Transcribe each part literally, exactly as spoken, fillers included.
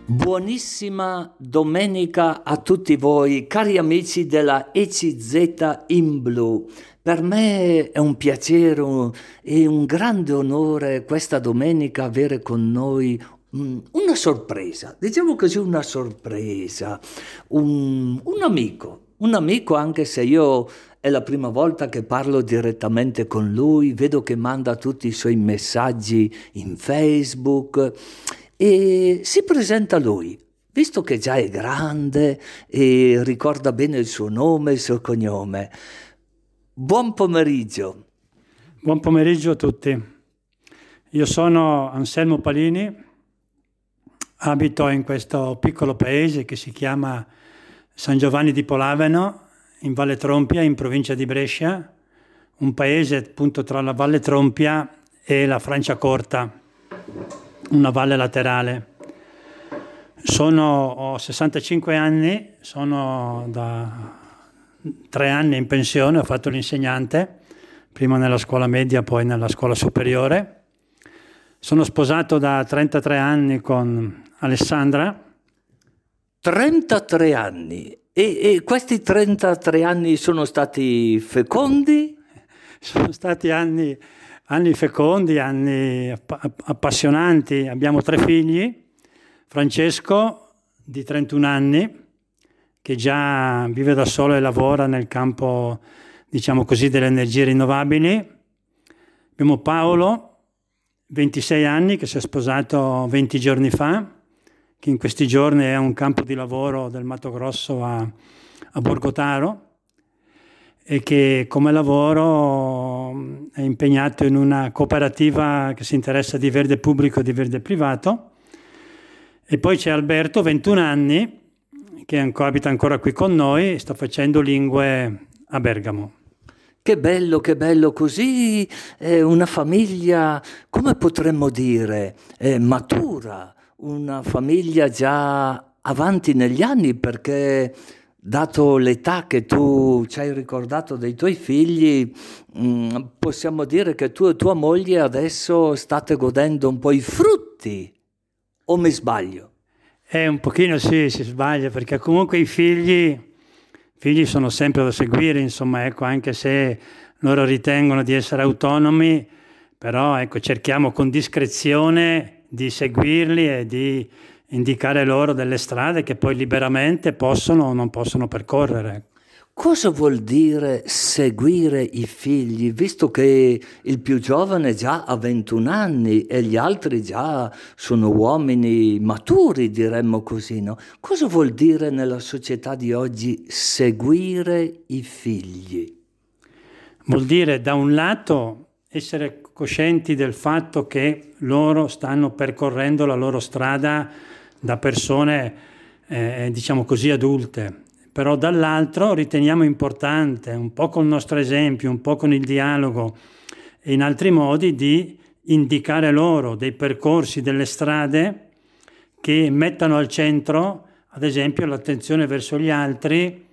Buonissima domenica a tutti voi, cari amici della E C Z in blu. Per me è un piacere e un grande onore questa domenica avere con noi mm, una sorpresa, diciamo così una sorpresa, un, un amico, un amico anche se io è la prima volta che parlo direttamente con lui, vedo che manda tutti i suoi messaggi in Facebook e si presenta lui, visto che già è grande e ricorda bene il suo nome e il suo cognome. Buon pomeriggio. Buon pomeriggio a tutti. Io sono Anselmo Palini, abito in questo piccolo paese che si chiama San Giovanni di Polaveno, in Valle Trompia, in provincia di Brescia, un paese appunto tra la Valle Trompia e la Franciacorta, una valle laterale. Sono, ho sessantacinque anni, sono da tre anni in pensione, ho fatto l'insegnante, prima nella scuola media, poi nella scuola superiore. Sono sposato da trentatré anni con Alessandra. trentatré anni. E, e questi trentatré anni sono stati fecondi? Sono stati anni, anni fecondi, anni app- appassionanti. Abbiamo tre figli. Francesco, di trentuno anni, che già vive da solo e lavora nel campo, diciamo così, delle energie rinnovabili. Abbiamo Paolo, ventisei anni, che si è sposato venti giorni fa, che in questi giorni è a un campo di lavoro del Mato Grosso a, a Borgotaro e che come lavoro è impegnato in una cooperativa che si interessa di verde pubblico e di verde privato. E poi c'è Alberto, ventuno anni, che ancora, abita ancora qui con noi, sta facendo lingue a Bergamo. Che bello, che bello, così è una famiglia, come potremmo dire, eh, matura, una famiglia già avanti negli anni, perché dato l'età che tu ci hai ricordato dei tuoi figli, mh, possiamo dire che tu e tua moglie adesso state godendo un po' i frutti, o mi sbaglio? Eh, un pochino sì, si sbaglia, perché comunque i figli, figli sono sempre da seguire, insomma, ecco, anche se loro ritengono di essere autonomi, però ecco, cerchiamo con discrezione di seguirli e di indicare loro delle strade che poi liberamente possono o non possono percorrere. Cosa vuol dire seguire i figli, visto che il più giovane già ha ventuno anni e gli altri già sono uomini maturi, diremmo così, no? Cosa vuol dire nella società di oggi seguire i figli? Vuol dire da un lato essere coscienti del fatto che loro stanno percorrendo la loro strada da persone, eh, diciamo così, adulte. Però dall'altro riteniamo importante, un po' col nostro esempio, un po' con il dialogo e in altri modi, di indicare loro dei percorsi, delle strade che mettano al centro, ad esempio, l'attenzione verso gli altri,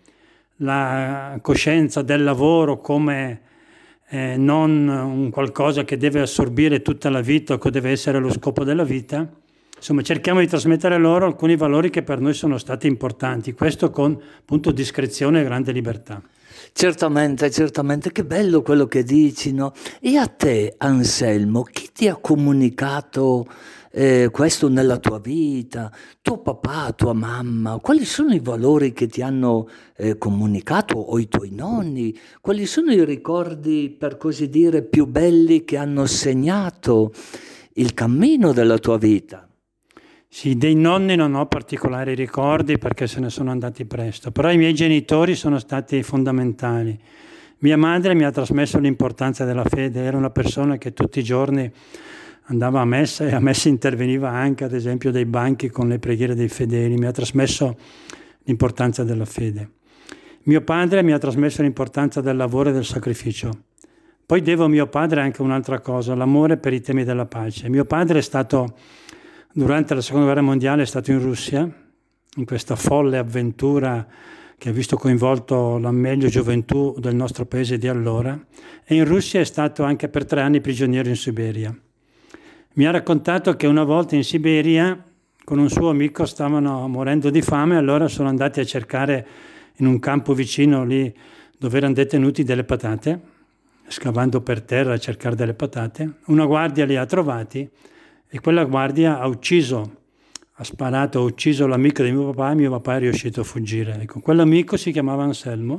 la coscienza del lavoro come eh, non un qualcosa che deve assorbire tutta la vita o che deve essere lo scopo della vita. Insomma, cerchiamo di trasmettere loro alcuni valori che per noi sono stati importanti, questo con appunto discrezione e grande libertà. Certamente, certamente, che bello quello che dici, no? E a te, Anselmo, chi ti ha comunicato eh, questo nella tua vita? Tuo papà, tua mamma? Quali sono i valori che ti hanno eh, comunicato, o i tuoi nonni? Quali sono i ricordi, per così dire, più belli che hanno segnato il cammino della tua vita? Sì, dei nonni non ho particolari ricordi perché se ne sono andati presto, però i miei genitori sono stati fondamentali. Mia madre mi ha trasmesso l'importanza della fede, era una persona che tutti i giorni andava a messa e a messa interveniva anche, ad esempio, dai banchi con le preghiere dei fedeli, mi ha trasmesso l'importanza della fede. Mio padre mi ha trasmesso l'importanza del lavoro e del sacrificio. Poi devo a mio padre anche un'altra cosa, l'amore per i temi della pace. Mio padre è stato... Durante la Seconda Guerra Mondiale è stato in Russia, in questa folle avventura che ha visto coinvolto la meglio gioventù del nostro paese di allora, e in Russia è stato anche per tre anni prigioniero in Siberia. Mi ha raccontato che una volta in Siberia con un suo amico stavano morendo di fame, allora sono andati a cercare in un campo vicino lì dove erano detenuti delle patate, scavando per terra a cercare delle patate. Una guardia li ha trovati e quella guardia ha ucciso, ha sparato, ha ucciso l'amico di mio papà e mio papà è riuscito a fuggire. Ecco, quell'amico si chiamava Anselmo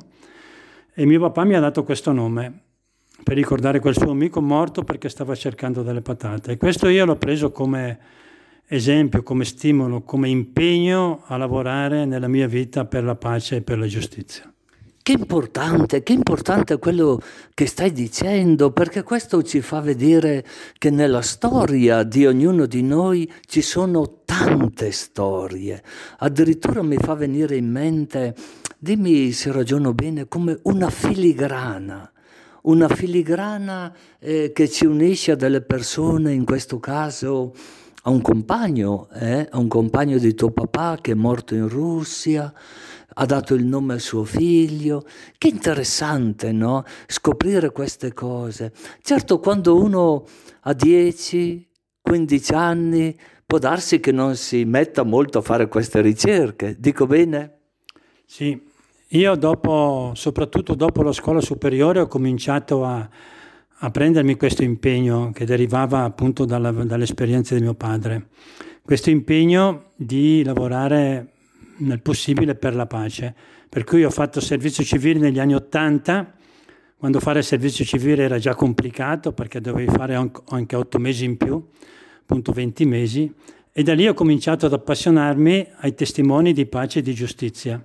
e mio papà mi ha dato questo nome per ricordare quel suo amico morto perché stava cercando delle patate. E questo io l'ho preso come esempio, come stimolo, come impegno a lavorare nella mia vita per la pace e per la giustizia. Che importante, che importante quello che stai dicendo, perché questo ci fa vedere che nella storia di ognuno di noi ci sono tante storie. Addirittura mi fa venire in mente, dimmi se ragiono bene, come una filigrana. Una filigrana eh, che ci unisce a delle persone, in questo caso a un compagno, eh, a un compagno di tuo papà che è morto in Russia, ha dato il nome al suo figlio. Che interessante, no? Scoprire queste cose. Certo, quando uno ha dieci, quindici anni, può darsi che non si metta molto a fare queste ricerche. Dico bene? Sì. Io dopo, soprattutto dopo la scuola superiore, ho cominciato a, a prendermi questo impegno che derivava appunto dalla, dall'esperienza di mio padre. Questo impegno di lavorare nel possibile per la pace. Per cui ho fatto servizio civile negli anni Ottanta, quando fare servizio civile era già complicato perché dovevi fare anche otto mesi in più, appunto venti mesi, e da lì ho cominciato ad appassionarmi ai testimoni di pace e di giustizia.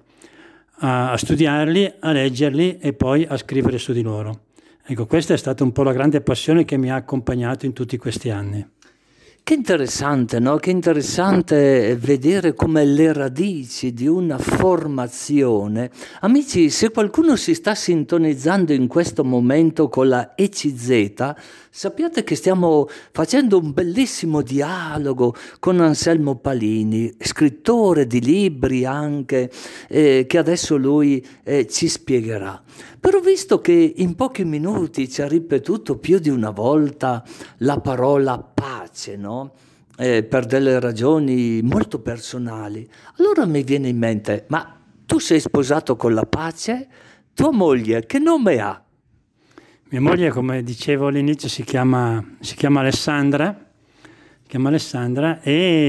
A studiarli, a leggerli e poi a scrivere su di loro. Ecco, questa è stata un po' la grande passione che mi ha accompagnato in tutti questi anni. Che interessante, no? Che interessante vedere come le radici di una formazione. Amici, se qualcuno si sta sintonizzando in questo momento con la E C Z, sappiate che stiamo facendo un bellissimo dialogo con Anselmo Palini, scrittore di libri anche, eh, che adesso lui eh, ci spiegherà. Però visto che in pochi minuti ci ha ripetuto più di una volta la parola pace, no? Eh, per delle ragioni molto personali, allora mi viene in mente, ma tu sei sposato con la pace? Tua moglie che nome ha? Mia moglie, come dicevo all'inizio, si chiama, si chiama Alessandra, si chiama Alessandra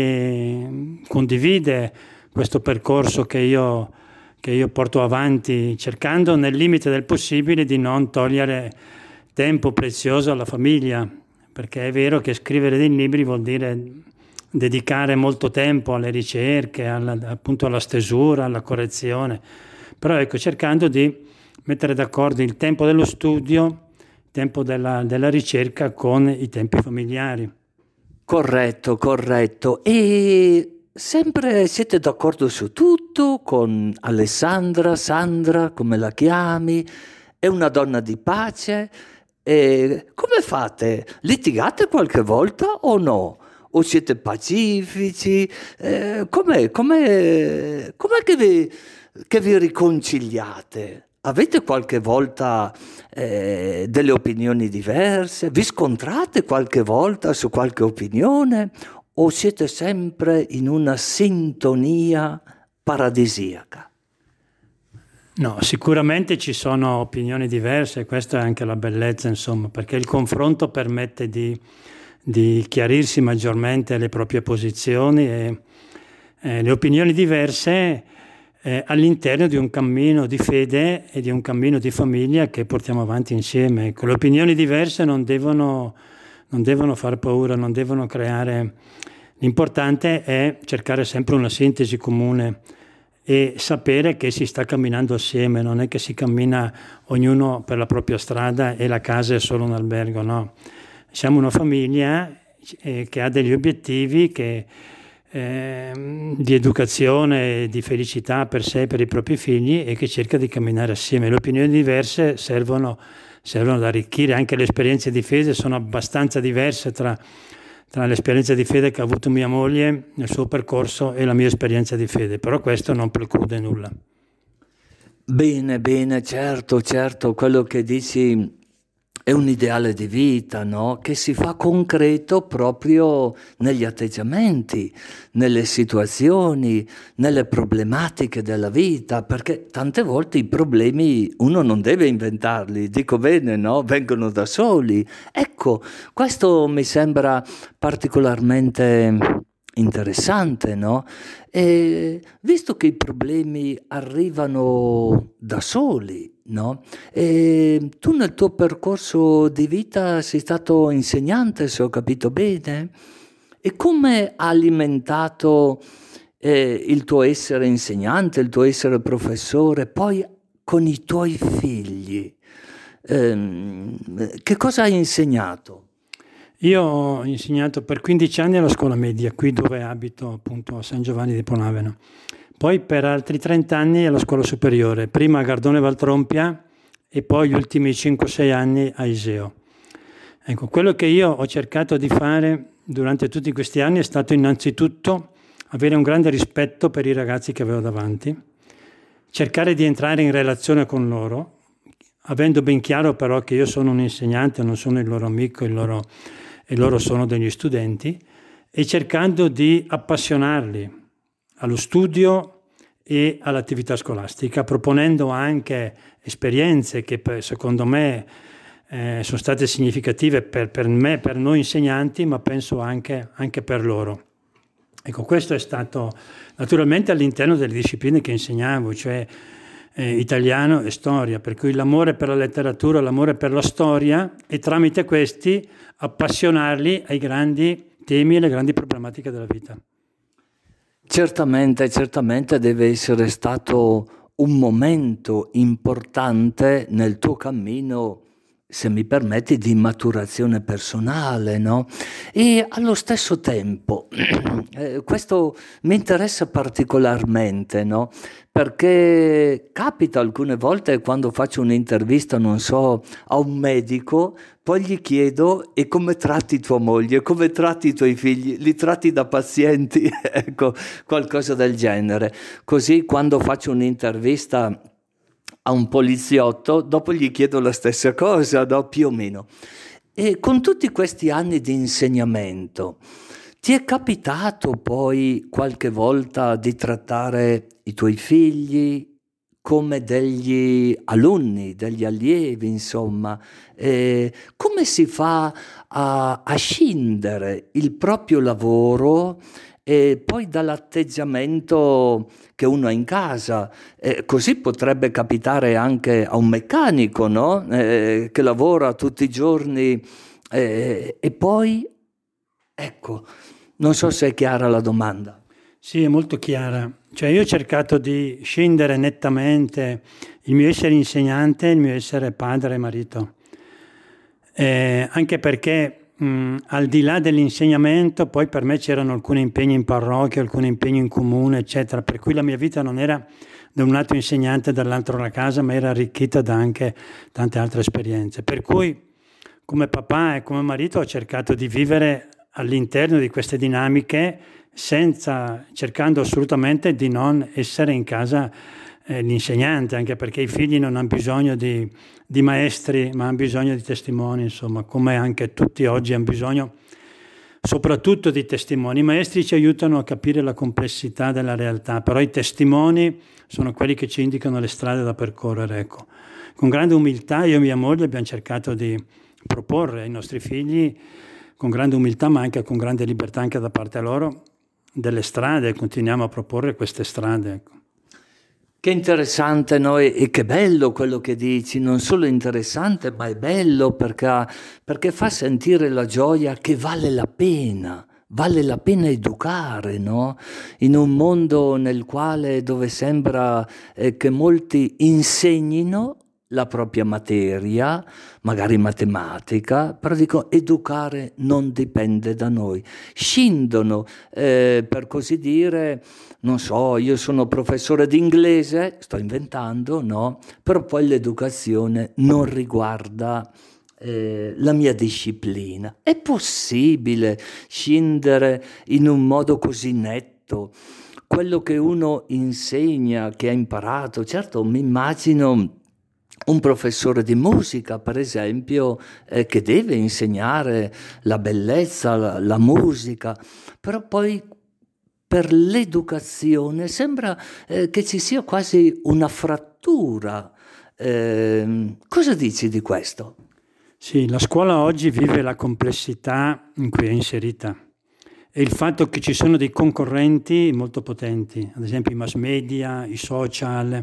e condivide questo percorso che io che io porto avanti cercando nel limite del possibile di non togliere tempo prezioso alla famiglia, perché è vero che scrivere dei libri vuol dire dedicare molto tempo alle ricerche, alla, appunto alla stesura, alla correzione, però ecco, cercando di mettere d'accordo il tempo dello studio, il tempo della, della ricerca con i tempi familiari. Corretto, corretto. E sempre siete d'accordo su tutto con Alessandra, Sandra, come la chiami? È una donna di pace? E come fate? Litigate qualche volta o no? O siete pacifici? Eh, com'è, com'è, com'è che vi, che vi riconciliate? Avete qualche volta eh, delle opinioni diverse? Vi scontrate qualche volta su qualche opinione? O siete sempre in una sintonia paradisiaca? No, sicuramente ci sono opinioni diverse, questa è anche la bellezza, insomma, perché il confronto permette di, di chiarirsi maggiormente le proprie posizioni e eh, le opinioni diverse eh, all'interno di un cammino di fede e di un cammino di famiglia che portiamo avanti insieme. Ecco, le opinioni diverse non devono, non devono far paura, non devono creare. L'importante è cercare sempre una sintesi comune e sapere che si sta camminando assieme, non è che si cammina ognuno per la propria strada e la casa è solo un albergo, no. Siamo una famiglia eh, che ha degli obiettivi che, eh, di educazione e di felicità per sé e per i propri figli e che cerca di camminare assieme. Le opinioni diverse servono, servono ad arricchire, anche le esperienze di fede sono abbastanza diverse tra tra l'esperienza di fede che ha avuto mia moglie nel suo percorso e la mia esperienza di fede, però questo non preclude nulla. Bene, bene, certo, certo, quello che dici è un ideale di vita, no? Che si fa concreto proprio negli atteggiamenti, nelle situazioni, nelle problematiche della vita, perché tante volte i problemi uno non deve inventarli, dico bene, no? Vengono da soli. Ecco, questo mi sembra particolarmente interessante, no? E visto che i problemi arrivano da soli, no? E tu nel tuo percorso di vita sei stato insegnante, se ho capito bene? E come ha alimentato eh, il tuo essere insegnante, il tuo essere professore, poi con i tuoi figli? Ehm, che cosa hai insegnato? Io ho insegnato per quindici anni alla scuola media, qui dove abito appunto a San Giovanni di Ponaveno. Poi per altri trenta anni alla scuola superiore, prima a Gardone Valtrompia e poi gli ultimi cinque sei anni a Iseo. Ecco, quello che io ho cercato di fare durante tutti questi anni è stato innanzitutto avere un grande rispetto per i ragazzi che avevo davanti, cercare di entrare in relazione con loro, avendo ben chiaro però che io sono un insegnante, non sono il loro amico, il loro, e loro sono degli studenti, e cercando di appassionarli allo studio e all'attività scolastica, proponendo anche esperienze che secondo me eh, sono state significative per, per me, per noi insegnanti, ma penso anche, anche per loro. Ecco, questo è stato naturalmente all'interno delle discipline che insegnavo, cioè eh, italiano e storia, per cui l'amore per la letteratura, l'amore per la storia, e tramite questi appassionarli ai grandi temi e alle grandi problematiche della vita. Certamente, certamente deve essere stato un momento importante nel tuo cammino, se mi permetti, di maturazione personale, no? E allo stesso tempo, eh, questo mi interessa particolarmente, no? Perché capita alcune volte quando faccio un'intervista, non so, a un medico, poi gli chiedo: e come tratti tua moglie, come tratti i tuoi figli, li tratti da pazienti? Ecco, qualcosa del genere. Così quando faccio un'intervista a un poliziotto, dopo gli chiedo la stessa cosa, no? Più o meno. E con tutti questi anni di insegnamento, ti è capitato poi qualche volta di trattare i tuoi figli come degli alunni, degli allievi, insomma? Eh, come si fa a, a scindere il proprio lavoro e poi dall'atteggiamento che uno ha in casa? Eh, così potrebbe capitare anche a un meccanico, no? Eh, che lavora tutti i giorni eh, e poi, ecco, non so se è chiara la domanda. Sì, è molto chiara. Cioè io ho cercato di scindere nettamente il mio essere insegnante e il mio essere padre e marito. Eh, anche perché mh, al di là dell'insegnamento poi per me c'erano alcuni impegni in parrocchia, alcuni impegni in comune, eccetera, per cui la mia vita non era da un lato insegnante e dall'altro la casa, ma era arricchita da anche tante altre esperienze. Per cui come papà e come marito ho cercato di vivere all'interno di queste dinamiche, senza, cercando assolutamente di non essere in casa eh, l'insegnante, anche perché i figli non hanno bisogno di, di maestri, ma hanno bisogno di testimoni, insomma, come anche tutti oggi hanno bisogno soprattutto di testimoni. I maestri ci aiutano a capire la complessità della realtà, però i testimoni sono quelli che ci indicano le strade da percorrere. Ecco. Con grande umiltà io e mia moglie abbiamo cercato di proporre ai nostri figli, con grande umiltà ma anche con grande libertà anche da parte loro, delle strade, e continuiamo a proporre queste strade. Ecco. Che interessante, no? E che bello quello che dici, non solo interessante ma è bello perché, perché fa sentire la gioia che vale la pena, vale la pena educare, no? In un mondo nel quale, dove sembra eh, che molti insegnino la propria materia, magari matematica, però dico educare non dipende da noi. Scindono, eh, per così dire, non so, io sono professore di inglese, sto inventando, no? Però poi l'educazione non riguarda eh, la mia disciplina. È possibile scindere in un modo così netto quello che uno insegna, che ha imparato? Certo, mi immagino un professore di musica, per esempio, eh, che deve insegnare la bellezza, la, la musica, però poi per l'educazione sembra eh, che ci sia quasi una frattura. Eh, cosa dici di questo? Sì, la scuola oggi vive la complessità in cui è inserita e il fatto che ci sono dei concorrenti molto potenti, ad esempio i mass media, i social,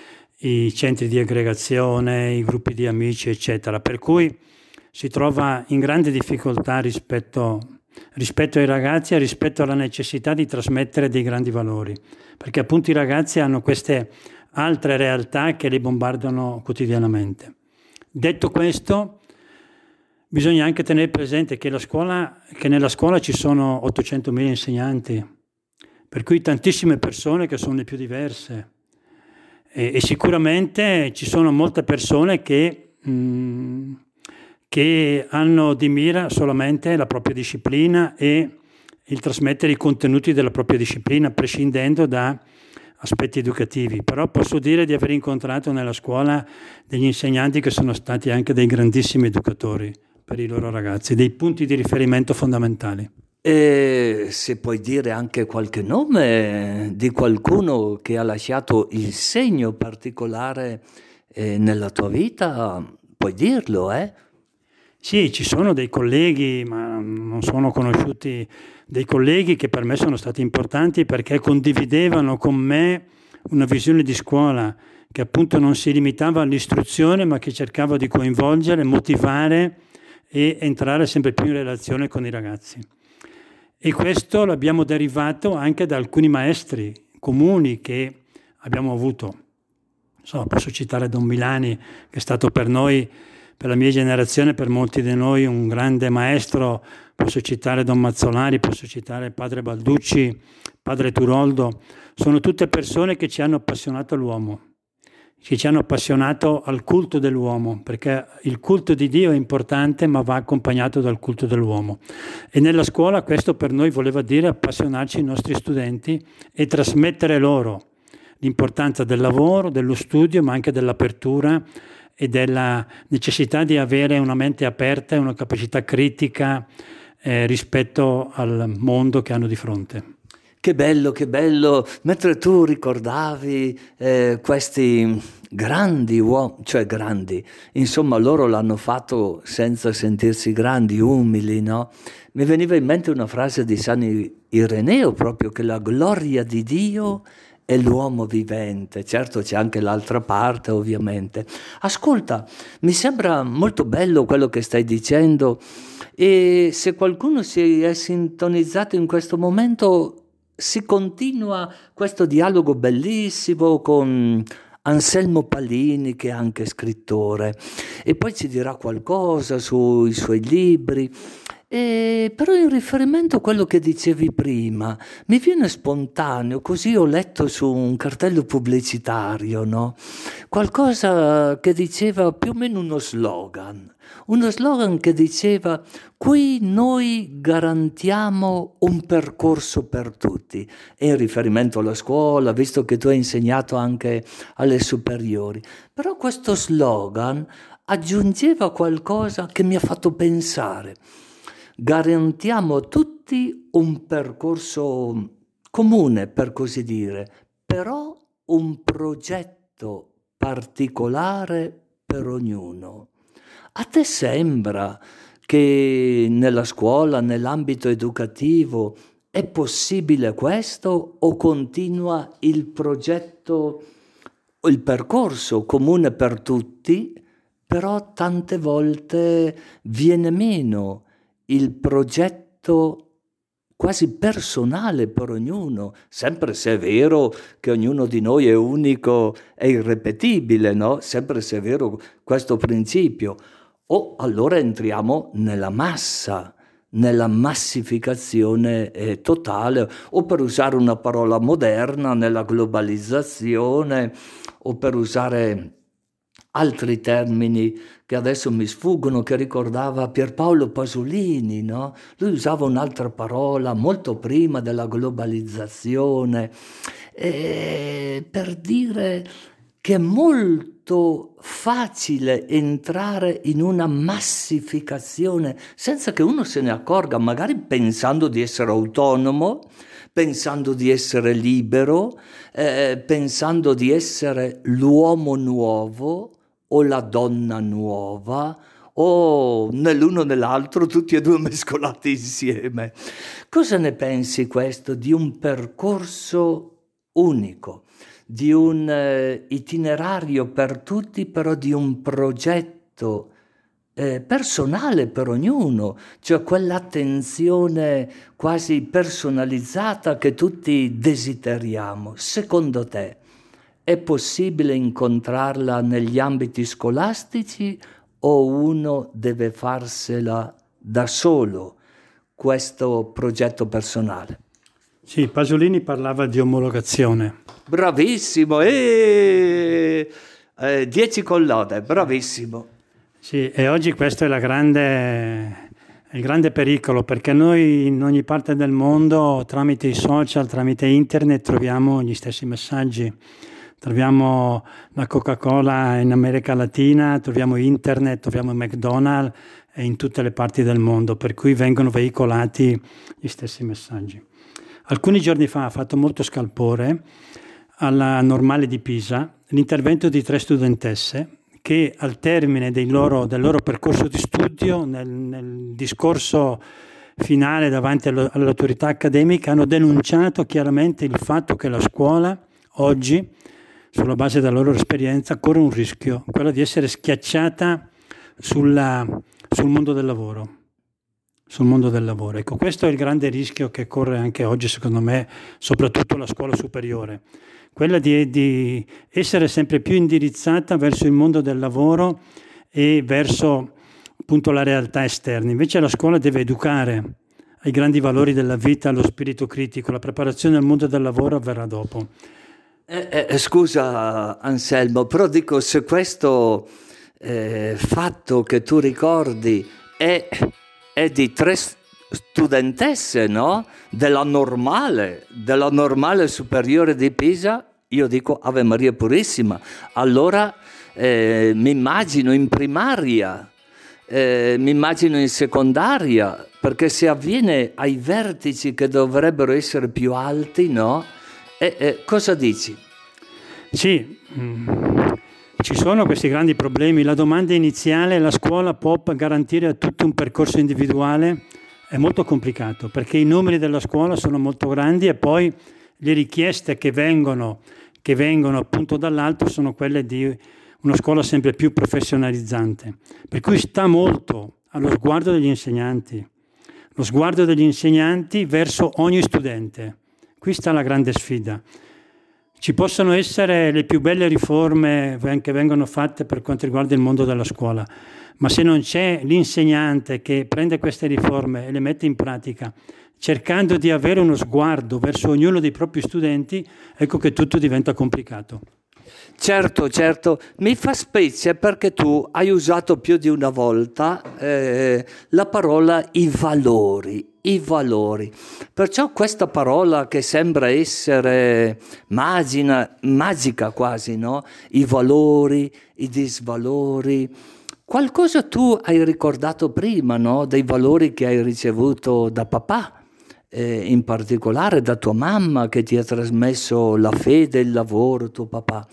i centri di aggregazione, i gruppi di amici, eccetera, per cui si trova in grande difficoltà rispetto, rispetto ai ragazzi e rispetto alla necessità di trasmettere dei grandi valori, perché appunto i ragazzi hanno queste altre realtà che li bombardano quotidianamente. Detto questo, bisogna anche tenere presente che, la scuola, che nella scuola ci sono ottocentomila insegnanti, per cui tantissime persone che sono le più diverse. E, e sicuramente ci sono molte persone che, mh, che hanno di mira solamente la propria disciplina e il trasmettere i contenuti della propria disciplina, prescindendo da aspetti educativi. Però posso dire di aver incontrato nella scuola degli insegnanti che sono stati anche dei grandissimi educatori per i loro ragazzi, dei punti di riferimento fondamentali. E se puoi dire anche qualche nome di qualcuno che ha lasciato il segno particolare eh, nella tua vita, puoi dirlo, eh? Sì, ci sono dei colleghi, ma non sono conosciuti, dei colleghi che per me sono stati importanti perché condividevano con me una visione di scuola che appunto non si limitava all'istruzione, ma che cercava di coinvolgere, motivare e entrare sempre più in relazione con i ragazzi. E questo l'abbiamo derivato anche da alcuni maestri comuni che abbiamo avuto. So, posso citare Don Milani, che è stato per noi, per la mia generazione, per molti di noi, un grande maestro. Posso citare Don Mazzolari, posso citare Padre Balducci, Padre Turoldo. Sono tutte persone che ci hanno appassionato all'uomo, che ci hanno appassionato al culto dell'uomo, perché il culto di Dio è importante, ma va accompagnato dal culto dell'uomo. E nella scuola questo per noi voleva dire appassionarci ai nostri studenti e trasmettere loro l'importanza del lavoro, dello studio, ma anche dell'apertura e della necessità di avere una mente aperta e una capacità critica eh, rispetto al mondo che hanno di fronte. Che bello, che bello, mentre tu ricordavi eh, questi grandi uomini, cioè grandi, insomma loro l'hanno fatto senza sentirsi grandi, umili, no? Mi veniva in mente una frase di San Ireneo proprio, che la gloria di Dio è l'uomo vivente. Certo c'è anche l'altra parte ovviamente. Ascolta, mi sembra molto bello quello che stai dicendo e se qualcuno si è sintonizzato in questo momento, si continua questo dialogo bellissimo con Anselmo Palini, che è anche scrittore, e poi ci dirà qualcosa sui suoi libri. E però in riferimento a quello che dicevi prima, mi viene spontaneo, così ho letto su un cartello pubblicitario, no? Qualcosa che diceva più o meno uno slogan, uno slogan che diceva: qui noi garantiamo un percorso per tutti, e in riferimento alla scuola, visto che tu hai insegnato anche alle superiori. Però questo slogan aggiungeva qualcosa che mi ha fatto pensare. Garantiamo a tutti un percorso comune, per così dire, però un progetto particolare per ognuno. A te sembra che nella scuola, nell'ambito educativo, è possibile questo o continua il progetto, il percorso comune per tutti, però tante volte viene meno il progetto quasi personale per ognuno, sempre se è vero che ognuno di noi è unico e irripetibile, no? Sempre se è vero questo principio. O allora entriamo nella massa, nella massificazione eh, totale, o per usare una parola moderna, nella globalizzazione, o per usare altri termini che adesso mi sfuggono, che ricordava Pierpaolo Pasolini, no? Lui usava un'altra parola molto prima della globalizzazione, eh, per dire che è molto facile entrare in una massificazione senza che uno se ne accorga, magari pensando di essere autonomo, pensando di essere libero, eh, pensando di essere l'uomo nuovo o la donna nuova, o nell'uno o nell'altro, tutti e due mescolati insieme. Cosa ne pensi questo di un percorso unico, di un eh, itinerario per tutti, però di un progetto eh, personale per ognuno, cioè quell'attenzione quasi personalizzata che tutti desideriamo? Secondo te è possibile incontrarla negli ambiti scolastici o uno deve farsela da solo, questo progetto personale? Sì, Pasolini parlava di omologazione. Bravissimo, e eh, dieci con lode, bravissimo. Sì, e oggi questo è la grande, il grande pericolo, perché noi in ogni parte del mondo, tramite i social, tramite internet, troviamo gli stessi messaggi. Troviamo la Coca-Cola in America Latina, troviamo internet, troviamo McDonald's in tutte le parti del mondo, per cui vengono veicolati gli stessi messaggi. Alcuni giorni fa ha fatto molto scalpore alla Normale di Pisa l'intervento di tre studentesse che al termine dei loro, del loro percorso di studio, nel, nel discorso finale davanti all'autorità accademica, hanno denunciato chiaramente il fatto che la scuola oggi, sulla base della loro esperienza, corre un rischio, quello di essere schiacciata sulla, sul mondo del lavoro. Sul mondo del lavoro. Ecco, questo è il grande rischio che corre anche oggi, secondo me, soprattutto la scuola superiore. Quella di, di essere sempre più indirizzata verso il mondo del lavoro e verso appunto la realtà esterna. Invece la scuola deve educare ai grandi valori della vita, allo spirito critico. La preparazione al mondo del lavoro avverrà dopo. Eh, eh, scusa Anselmo, però dico, se questo eh, fatto che tu ricordi è, è di tre studentesse, no? Della normale, della normale superiore di Pisa, io dico Ave Maria Purissima. Allora eh, mi immagino in primaria, eh, mi immagino in secondaria, perché se avviene ai vertici che dovrebbero essere più alti, no? E, e, cosa dici? Sì, mm, ci sono questi grandi problemi. La domanda iniziale, la scuola può garantire a tutti un percorso individuale? È molto complicato, perché i numeri della scuola sono molto grandi e poi le richieste che vengono, che vengono appunto dall'alto sono quelle di una scuola sempre più professionalizzante. Per cui sta molto allo sguardo degli insegnanti, lo sguardo degli insegnanti verso ogni studente. Qui sta la grande sfida. Ci possono essere le più belle riforme che vengono fatte per quanto riguarda il mondo della scuola, ma se non c'è l'insegnante che prende queste riforme e le mette in pratica, cercando di avere uno sguardo verso ognuno dei propri studenti, ecco che tutto diventa complicato. Certo, certo, mi fa specie perché tu hai usato più di una volta eh, la parola i valori, i valori. Perciò questa parola che sembra essere magina, magica quasi, no? I valori, i disvalori. Qualcosa tu hai ricordato prima, no? Dei valori che hai ricevuto da papà, eh, in particolare da tua mamma che ti ha trasmesso la fede, il lavoro, tuo papà.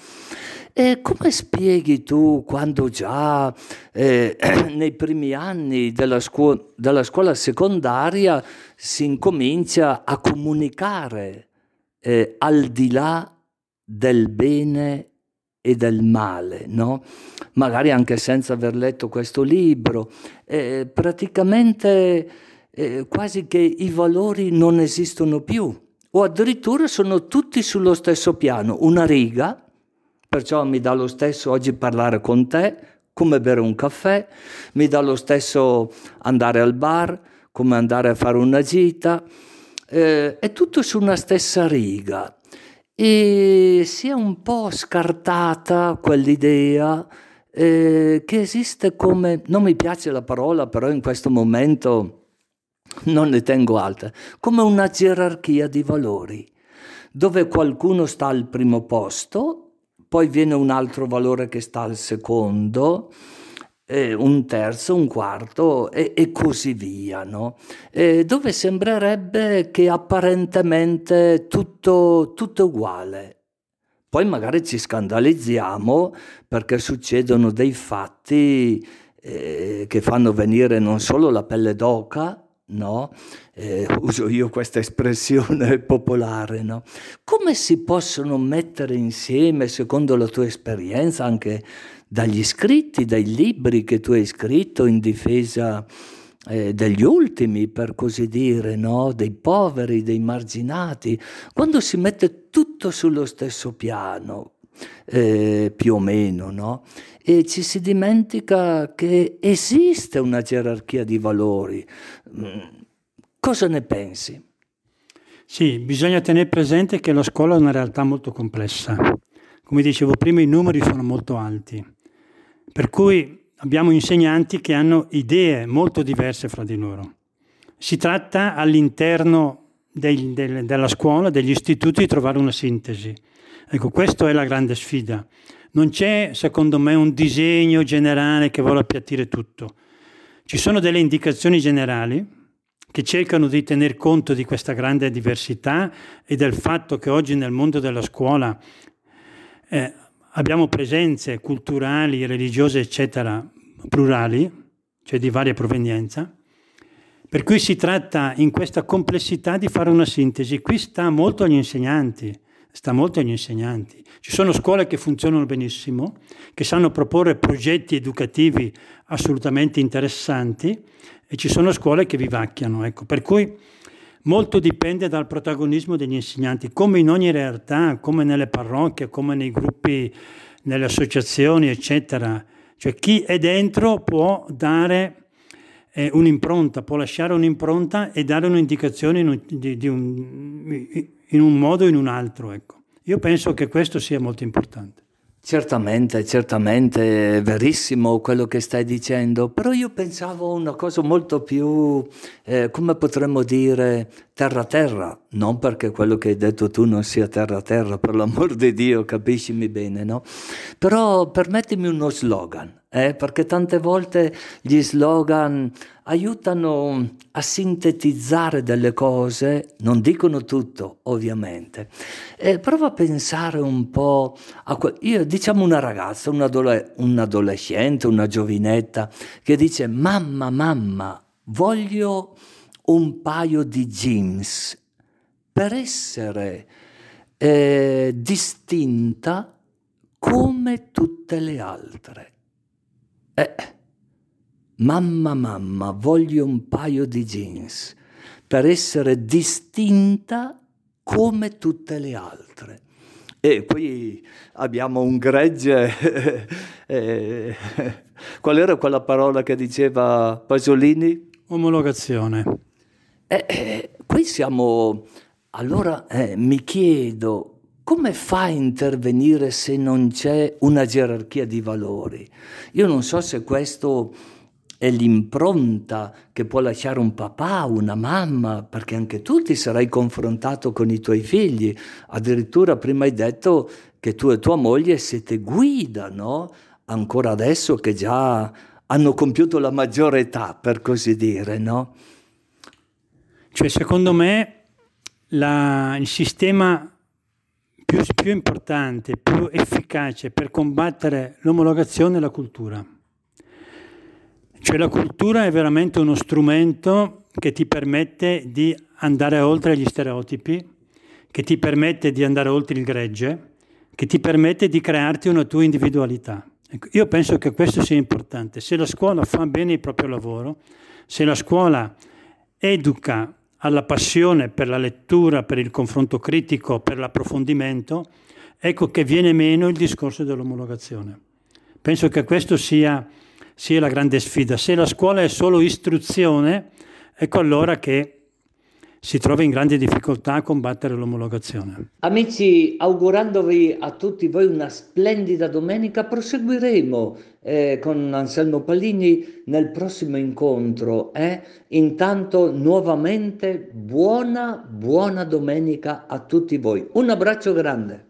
E come spieghi tu quando già eh, nei primi anni della, scuo- della scuola secondaria si incomincia a comunicare eh, al di là del bene e del male, no? Magari anche senza aver letto questo libro, eh, praticamente eh, quasi che i valori non esistono più o addirittura sono tutti sullo stesso piano, una riga. Perciò mi dà lo stesso oggi parlare con te, come bere un caffè, mi dà lo stesso andare al bar, come andare a fare una gita, eh, è tutto su una stessa riga. E si è un po' scartata quell'idea eh, che esiste come, non mi piace la parola, però in questo momento non ne tengo altre, come una gerarchia di valori, dove qualcuno sta al primo posto, poi viene un altro valore che sta al secondo, eh, un terzo, un quarto e, e così via, no? Eh, dove sembrerebbe che apparentemente tutto, tutto è uguale. Poi magari ci scandalizziamo perché succedono dei fatti eh, che fanno venire non solo la pelle d'oca, no? Eh, uso io questa espressione popolare, no? Come si possono mettere insieme, secondo la tua esperienza, anche dagli scritti, dai libri che tu hai scritto in difesa eh, degli ultimi, per così dire, no? Dei poveri, dei marginati, quando si mette tutto sullo stesso piano, eh, più o meno, no? E ci si dimentica che esiste una gerarchia di valori. Mm, Cosa ne pensi? Sì, bisogna tenere presente che la scuola è una realtà molto complessa. Come dicevo prima, i numeri sono molto alti, per cui abbiamo insegnanti che hanno idee molto diverse fra di loro. Si tratta all'interno dei, del, della scuola, degli istituti, di trovare una sintesi. Ecco, questa è la grande sfida. Non c'è, secondo me, un disegno generale che vuole appiattire tutto. Ci sono delle indicazioni generali che cercano di tener conto di questa grande diversità e del fatto che oggi nel mondo della scuola eh, abbiamo presenze culturali, religiose, eccetera, plurali, cioè di varia provenienza, per cui si tratta in questa complessità di fare una sintesi. Qui sta molto agli insegnanti, sta molto agli insegnanti. Ci sono scuole che funzionano benissimo, che sanno proporre progetti educativi assolutamente interessanti, e ci sono scuole che vivacchiano, ecco. Per cui molto dipende dal protagonismo degli insegnanti, come in ogni realtà, come nelle parrocchie, come nei gruppi, nelle associazioni, eccetera. Cioè chi è dentro può dare eh, un'impronta, può lasciare un'impronta e dare un'indicazione in un, di, di un, in un modo o in un altro, ecco. Io penso che questo sia molto importante. Certamente, certamente è verissimo quello che stai dicendo, però io pensavo a una cosa molto più, eh, come potremmo dire, terra-terra, non perché quello che hai detto tu non sia terra-terra, per l'amor di Dio, capiscimi bene, no? Però permettimi uno slogan, eh, perché tante volte gli slogan aiutano a sintetizzare delle cose, non dicono tutto, ovviamente. Eh, prova a pensare un po' a que- io, diciamo una ragazza, un, adole- un adolescente, una giovinetta che dice: mamma, mamma, voglio un paio di jeans per essere eh, distinta come tutte le altre. Eh, mamma, mamma, voglio un paio di jeans per essere distinta come tutte le altre. E qui abbiamo un gregge. eh, qual era quella parola che diceva Pasolini? Omologazione. Eh, eh, qui siamo. Allora eh, mi chiedo, come fa a intervenire se non c'è una gerarchia di valori? Io non so se questo è l'impronta che può lasciare un papà, una mamma, perché anche tu ti sarai confrontato con i tuoi figli. Addirittura prima hai detto che tu e tua moglie siete guida, no? Ancora adesso che già hanno compiuto la maggiore età, per così dire, no? Cioè, secondo me, la, il sistema più, più importante, più efficace per combattere l'omologazione è la cultura. Cioè la cultura è veramente uno strumento che ti permette di andare oltre gli stereotipi, che ti permette di andare oltre il gregge, che ti permette di crearti una tua individualità. Ecco, io penso che questo sia importante. Se la scuola fa bene il proprio lavoro, se la scuola educa alla passione per la lettura, per il confronto critico, per l'approfondimento, ecco che viene meno il discorso dell'omologazione. Penso che questo sia, sia la grande sfida. Se la scuola è solo istruzione, ecco allora che si trova in grande difficoltà a combattere l'omologazione. Amici, augurandovi a tutti voi una splendida domenica, proseguiremo eh, con Anselmo Pallini nel prossimo incontro. Eh? Intanto, nuovamente, buona, buona domenica a tutti voi. Un abbraccio grande.